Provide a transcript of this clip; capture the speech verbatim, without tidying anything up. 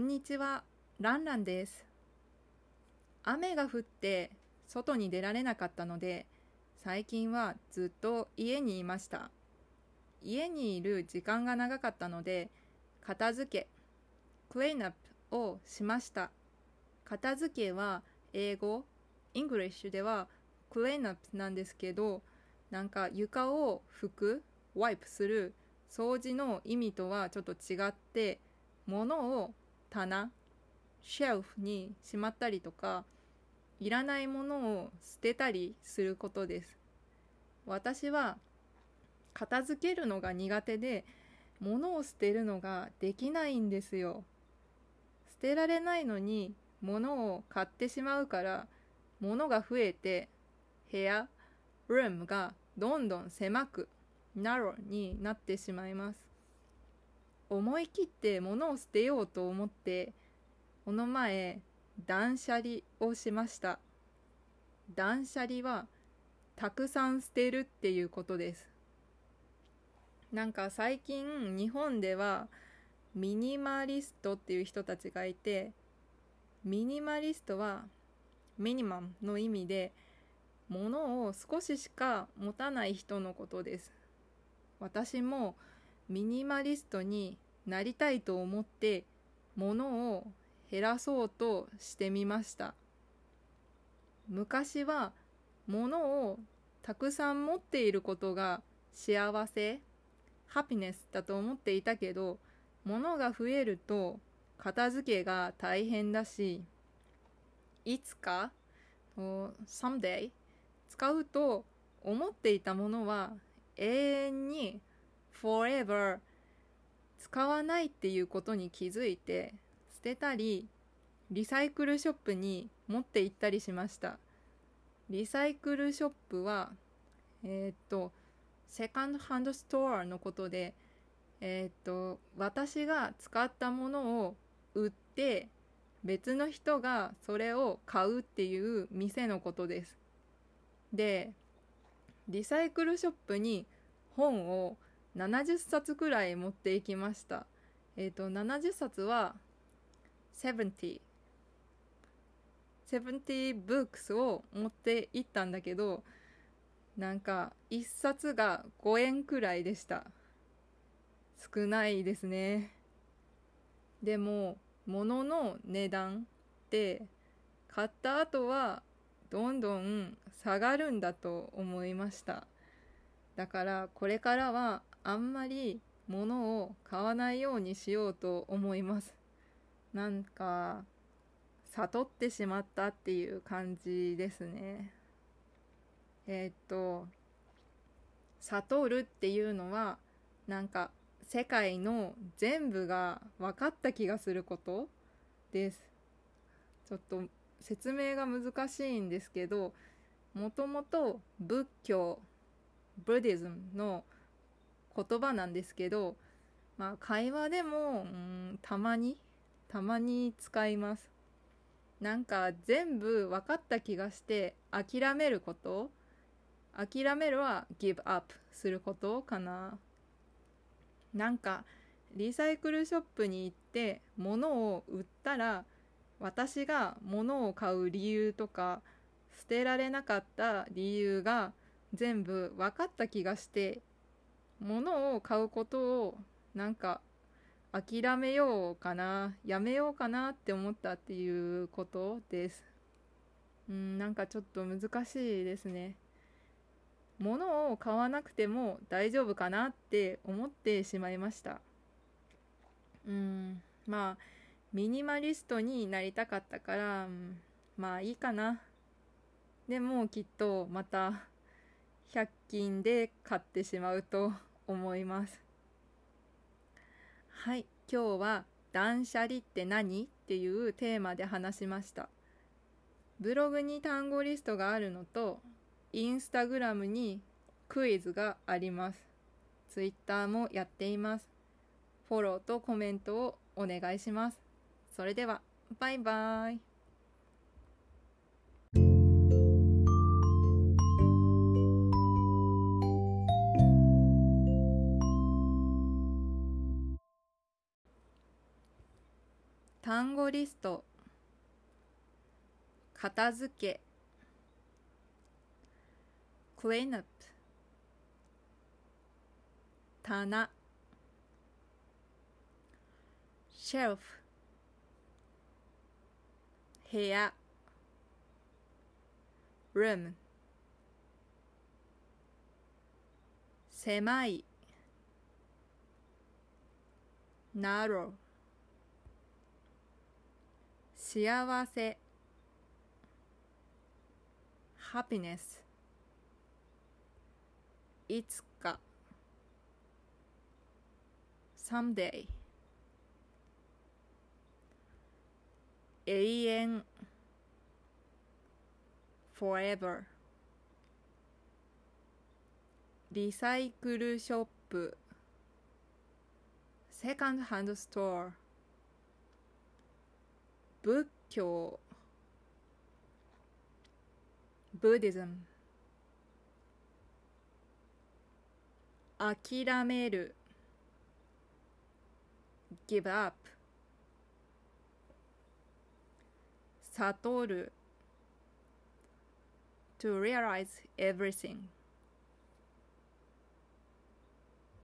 んにちは、ランランです。雨が降って外に出られなかったので、最近はずっと家にいました。家にいる時間が長かったので、片付け、クレインアップをしました。片付けは英語、イングリッシュではクレインアップなんですけど、なんか床を拭く、ワイプする、掃除の意味とはちょっと違って、物を棚、シェルフにしまったりとか、いらないものを捨てたりすることです。私は片付けるのが苦手で、物を捨てるのができないんですよ。捨てられないのに物を買ってしまうから、物が増えて部屋、ルームがどんどん狭く、ナローになってしまいます。思い切って物を捨てようと思って、この前、断捨離をしました。断捨離は、たくさん捨てるっていうことです。なんか最近、日本では、ミニマリストっていう人たちがいて、ミニマリストは、ミニマムの意味で、物を少ししか持たない人のことです。私も、ミニマリストになりたいと思って、物を減らそうとしてみました。昔は物をたくさん持っていることが幸せ、ハピネスだと思っていたけど、物が増えると片付けが大変だし、いつか、someday 使うと思っていたものは永遠に forever 使わないっていうことに気づいて、捨てたりリサイクルショップに持って行ったりしました。リサイクルショップはえー、っとセカンドハンドストアのことで、えー、っと私が使ったものを売って別の人がそれを買うっていう店のことです。で、リサイクルショップに本をななじゅっさつくらい持っていきました。えー、っとななじゅっさつはななじゅうセブンティーブックスを持って行ったんだけど、なんかいっさつがごえんくらいでした。少ないですね。でも物の値段って買った後はどんどん下がるんだと思いました。だからこれからはあんまり物を買わないようにしようと思います。なんか悟ってしまったっていう感じですね。えー、っと悟るっていうのはなんか世界の全部が分かった気がすることです。ちょっと説明が難しいんですけど、もともと仏教、ブディズムの言葉なんですけど、まあ会話でも、うん、たまにたまに使います。なんか全部分かった気がして諦めること、諦めるは give up することかな。なんかリサイクルショップに行って物を売ったら、私が物を買う理由とか捨てられなかった理由が全部分かった気がして、物を買うことをなんか諦めようかな、やめようかなって思ったっていうことです。うん、なんかちょっと難しいですね。物を買わなくても大丈夫かなって思ってしまいました。うん、まあミニマリストになりたかったから、うん、まあいいかな。でもきっとまたひゃく均で買ってしまうと思います。はい、今日は断捨離って何っていうテーマで話しました。ブログに単語リストがあるのと、インスタグラムにクイズがあります。ツイッターもやっています。フォローとコメントをお願いします。それでは、バイバイ。単単語リスト、片付け、clean up、棚、shelf、部屋、room、狭い、narrow、幸せ、happiness、いつか、someday、永遠、forever、リサイクルショップ、セカンドハンドストア、仏教、ブディズム、諦める、give up、悟る、to realize everything。